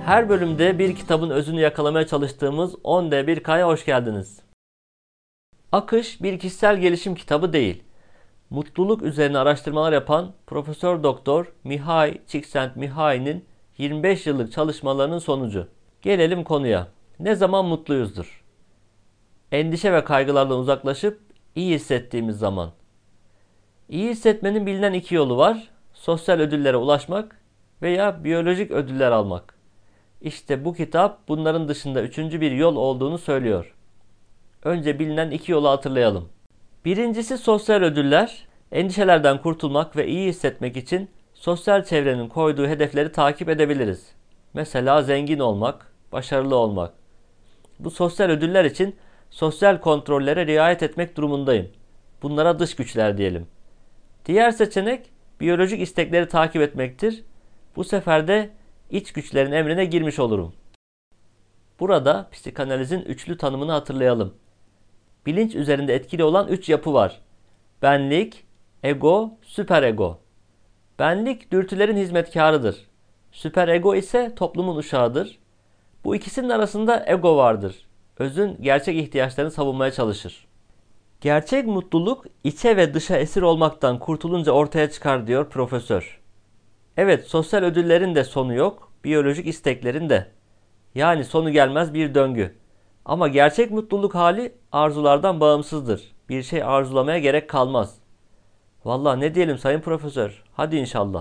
Her bölümde bir kitabın özünü yakalamaya çalıştığımız 10D1K'ya hoş geldiniz. Akış bir kişisel gelişim kitabı değil. Mutluluk üzerine araştırmalar yapan Profesör Doktor Mihaly Csikszentmihalyi'nin 25 yıllık çalışmalarının sonucu. Gelelim konuya. Ne zaman mutluyuzdur? Endişe ve kaygılardan uzaklaşıp iyi hissettiğimiz zaman. İyi hissetmenin bilinen iki yolu var. Sosyal ödüllere ulaşmak veya biyolojik ödüller almak. İşte bu kitap bunların dışında üçüncü bir yol olduğunu söylüyor. Önce bilinen iki yolu hatırlayalım. Birincisi sosyal ödüller. Endişelerden kurtulmak ve iyi hissetmek için sosyal çevrenin koyduğu hedefleri takip edebiliriz. Mesela zengin olmak, başarılı olmak. Bu sosyal ödüller için sosyal kontrollere riayet etmek durumundayım. Bunlara dış güçler diyelim. Diğer seçenek biyolojik istekleri takip etmektir. Bu sefer de iç güçlerin emrine girmiş olurum. Burada psikanalizin üçlü tanımını hatırlayalım. Bilinç üzerinde etkili olan üç yapı var. Benlik, ego, süperego. Benlik dürtülerin hizmetkarıdır. Süperego ise toplumun uşağıdır. Bu ikisinin arasında ego vardır. Özün gerçek ihtiyaçlarını savunmaya çalışır. Gerçek mutluluk içe ve dışa esir olmaktan kurtulunca ortaya çıkar diyor profesör. Evet, sosyal ödüllerin de sonu yok, biyolojik isteklerin de. Yani sonu gelmez bir döngü. Ama gerçek mutluluk hali arzulardan bağımsızdır. Bir şey arzulamaya gerek kalmaz. Vallahi ne diyelim sayın profesör, hadi inşallah.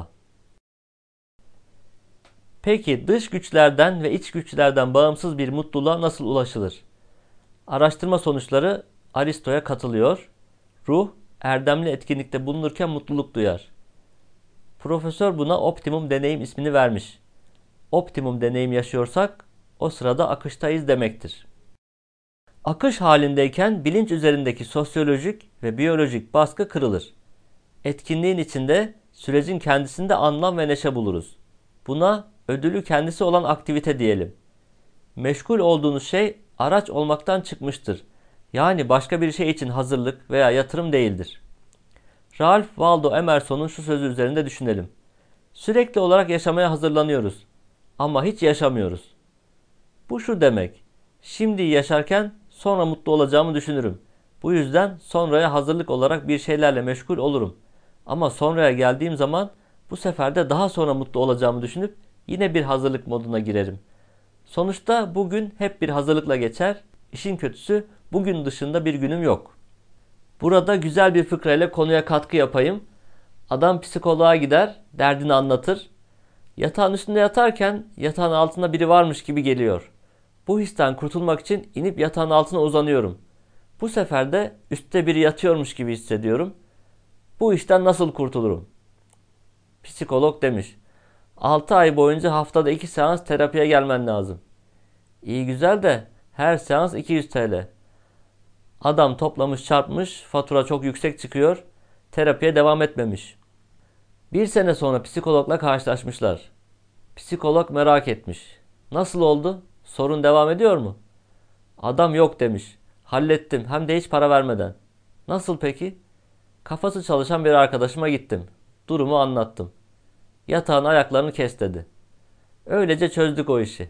Peki dış güçlerden ve iç güçlerden bağımsız bir mutluluğa nasıl ulaşılır? Araştırma sonuçları Aristo'ya katılıyor. Ruh, erdemli etkinlikte bulunurken mutluluk duyar. Profesör buna optimum deneyim ismini vermiş. Optimum deneyim yaşıyorsak o sırada akıştayız demektir. Akış halindeyken bilinç üzerindeki sosyolojik ve biyolojik baskı kırılır. Etkinliğin içinde sürecin kendisinde anlam ve neşe buluruz. Buna ödülü kendisi olan aktivite diyelim. Meşgul olduğunuz şey araç olmaktan çıkmıştır. Yani başka bir şey için hazırlık veya yatırım değildir. Ralph Waldo Emerson'un şu sözü üzerinde düşünelim. Sürekli olarak yaşamaya hazırlanıyoruz ama hiç yaşamıyoruz. Bu şu demek. Şimdi yaşarken sonra mutlu olacağımı düşünürüm. Bu yüzden sonraya hazırlık olarak bir şeylerle meşgul olurum. Ama sonraya geldiğim zaman bu sefer de daha sonra mutlu olacağımı düşünüp yine bir hazırlık moduna girerim. Sonuçta bugün hep bir hazırlıkla geçer. İşin kötüsü bugün dışında bir günüm yok. Burada güzel bir fıkrayla konuya katkı yapayım. Adam psikoloğa gider, derdini anlatır. Yatağın üstünde yatarken yatağın altında biri varmış gibi geliyor. Bu histen kurtulmak için inip yatağın altına uzanıyorum. Bu sefer de üstte biri yatıyormuş gibi hissediyorum. Bu işten nasıl kurtulurum? Psikolog demiş. 6 ay boyunca haftada 2 seans terapiye gelmen lazım. İyi güzel de her seans 200 TL. Adam toplamış çarpmış, fatura çok yüksek çıkıyor, terapiye devam etmemiş. Bir sene sonra psikologla karşılaşmışlar. Psikolog merak etmiş. Nasıl oldu? Sorun devam ediyor mu? Adam yok demiş. Hallettim, hem de hiç para vermeden. Nasıl peki? Kafası çalışan bir arkadaşıma gittim. Durumu anlattım. Yatağın ayaklarını kes dedi. Öylece çözdük o işi.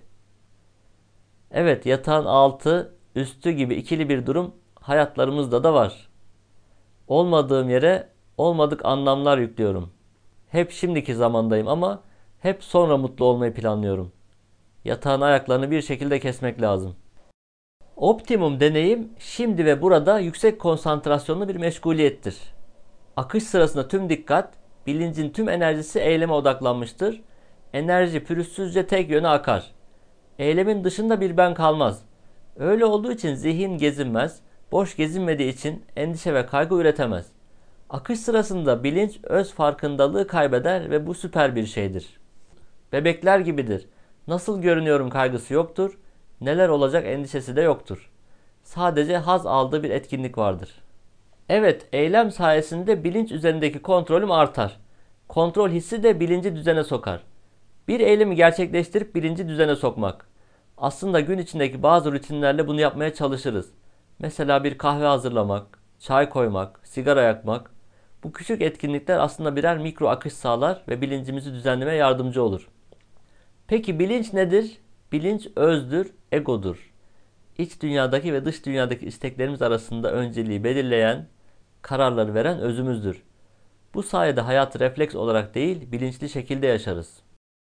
Evet, yatağın altı, üstü gibi ikili bir durum hayatlarımızda da var. Olmadığım yere olmadık anlamlar yüklüyorum. Hep şimdiki zamandayım ama hep sonra mutlu olmayı planlıyorum. Yatağın ayaklarını bir şekilde kesmek lazım. Optimum deneyim şimdi ve burada yüksek konsantrasyonlu bir meşguliyettir. Akış sırasında tüm dikkat, bilincin tüm enerjisi eyleme odaklanmıştır. Enerji pürüzsüzce tek yöne akar. Eylemin dışında bir ben kalmaz. Öyle olduğu için zihin gezinmez, boş gezinmediği için endişe ve kaygı üretemez. Akış sırasında bilinç öz farkındalığı kaybeder ve bu süper bir şeydir. Bebekler gibidir. Nasıl görünüyorum kaygısı yoktur, neler olacak endişesi de yoktur. Sadece haz aldığı bir etkinlik vardır. Evet, eylem sayesinde bilinç üzerindeki kontrolüm artar. Kontrol hissi de bilinci düzene sokar. Bir eylemi gerçekleştirip bilinci düzene sokmak. Aslında gün içindeki bazı rutinlerle bunu yapmaya çalışırız. Mesela bir kahve hazırlamak, çay koymak, sigara yakmak. Bu küçük etkinlikler aslında birer mikro akış sağlar ve bilincimizi düzenlemeye yardımcı olur. Peki bilinç nedir? Bilinç özdür, egodur. İç dünyadaki ve dış dünyadaki isteklerimiz arasında önceliği belirleyen, kararları veren özümüzdür. Bu sayede hayatı refleks olarak değil, bilinçli şekilde yaşarız.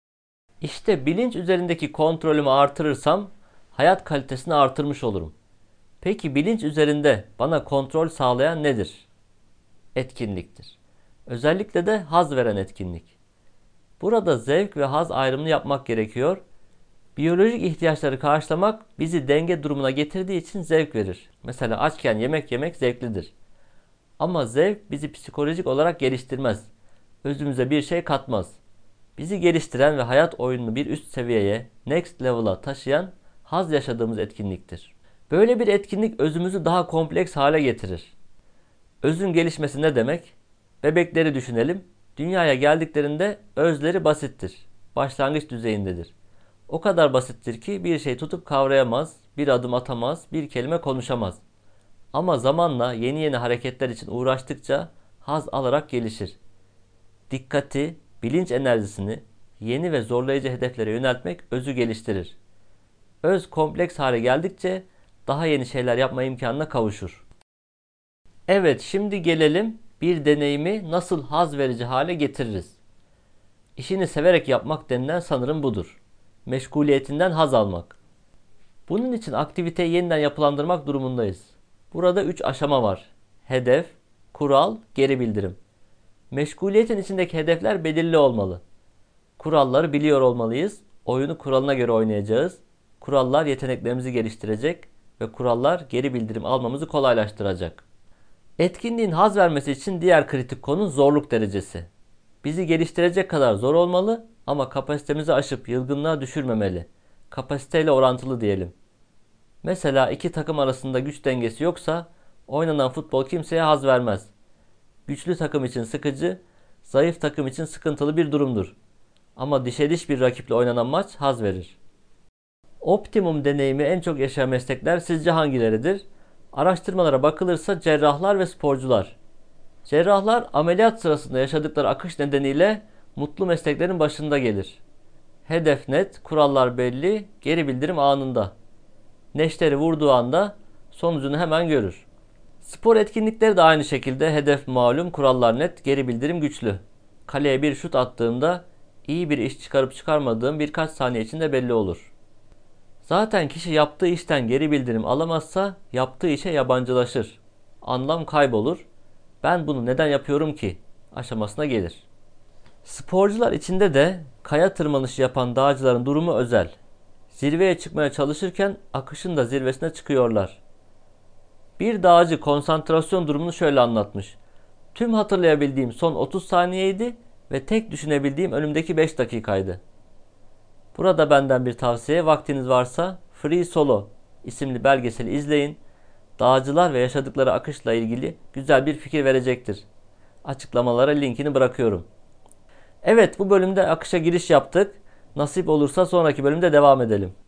İşte bilinç üzerindeki kontrolümü artırırsam hayat kalitesini artırmış olurum. Peki bilinç üzerinde bana kontrol sağlayan nedir? Etkinliktir. Özellikle de haz veren etkinlik. Burada zevk ve haz ayrımını yapmak gerekiyor. Biyolojik ihtiyaçları karşılamak bizi denge durumuna getirdiği için zevk verir. Mesela açken yemek yemek zevklidir. Ama zevk bizi psikolojik olarak geliştirmez. Özümüze bir şey katmaz. Bizi geliştiren ve hayat oyununu bir üst seviyeye, next level'a taşıyan haz yaşadığımız etkinliktir. Böyle bir etkinlik özümüzü daha kompleks hale getirir. Özün gelişmesi ne demek? Bebekleri düşünelim. Dünyaya geldiklerinde özleri basittir. Başlangıç düzeyindedir. O kadar basittir ki bir şey tutup kavrayamaz, bir adım atamaz, bir kelime konuşamaz. Ama zamanla yeni yeni hareketler için uğraştıkça haz alarak gelişir. Dikkati, bilinç enerjisini yeni ve zorlayıcı hedeflere yöneltmek özü geliştirir. Öz kompleks hale geldikçe daha yeni şeyler yapma imkanına kavuşur. Evet, şimdi gelelim bir deneyimi nasıl haz verici hale getiririz. İşini severek yapmak denilen sanırım budur. Meşguliyetinden haz almak. Bunun için aktiviteyi yeniden yapılandırmak durumundayız. Burada 3 aşama var. Hedef, kural, geri bildirim. Meşguliyetin içindeki hedefler belirli olmalı. Kuralları biliyor olmalıyız. Oyunu kuralına göre oynayacağız. Kurallar yeteneklerimizi geliştirecek ve kurallar geri bildirim almamızı kolaylaştıracak. Etkinliğin haz vermesi için diğer kritik konu zorluk derecesi. Bizi geliştirecek kadar zor olmalı ama kapasitemizi aşıp yılgınlığa düşürmemeli. Kapasiteyle orantılı diyelim. Mesela iki takım arasında güç dengesi yoksa oynanan futbol kimseye haz vermez. Güçlü takım için sıkıcı, zayıf takım için sıkıntılı bir durumdur. Ama dişe diş bir rakiple oynanan maç haz verir. Optimum deneyimi en çok yaşayan meslekler sizce hangileridir? Araştırmalara bakılırsa cerrahlar ve sporcular. Cerrahlar ameliyat sırasında yaşadıkları akış nedeniyle mutlu mesleklerin başında gelir. Hedef net, kurallar belli, geri bildirim anında. Neşteri vurduğu anda sonucunu hemen görür. Spor etkinlikleri de aynı şekilde hedef malum, kurallar net, geri bildirim güçlü. Kaleye bir şut attığımda iyi bir iş çıkarıp çıkarmadığım birkaç saniye içinde belli olur. Zaten kişi yaptığı işten geri bildirim alamazsa yaptığı işe yabancılaşır. Anlam kaybolur. Ben bunu neden yapıyorum ki aşamasına gelir. Sporcular içinde de kaya tırmanışı yapan dağcıların durumu özel. Zirveye çıkmaya çalışırken akışın da zirvesine çıkıyorlar. Bir dağcı konsantrasyon durumunu şöyle anlatmış. Tüm hatırlayabildiğim son 30 saniyeydi ve tek düşünebildiğim önümdeki 5 dakikaydı. Burada benden bir tavsiye, vaktiniz varsa Free Solo isimli belgeseli izleyin. Dağcılar ve yaşadıkları akışla ilgili güzel bir fikir verecektir. Açıklamalara linkini bırakıyorum. Evet, bu bölümde akışa giriş yaptık. Nasip olursa sonraki bölümde devam edelim.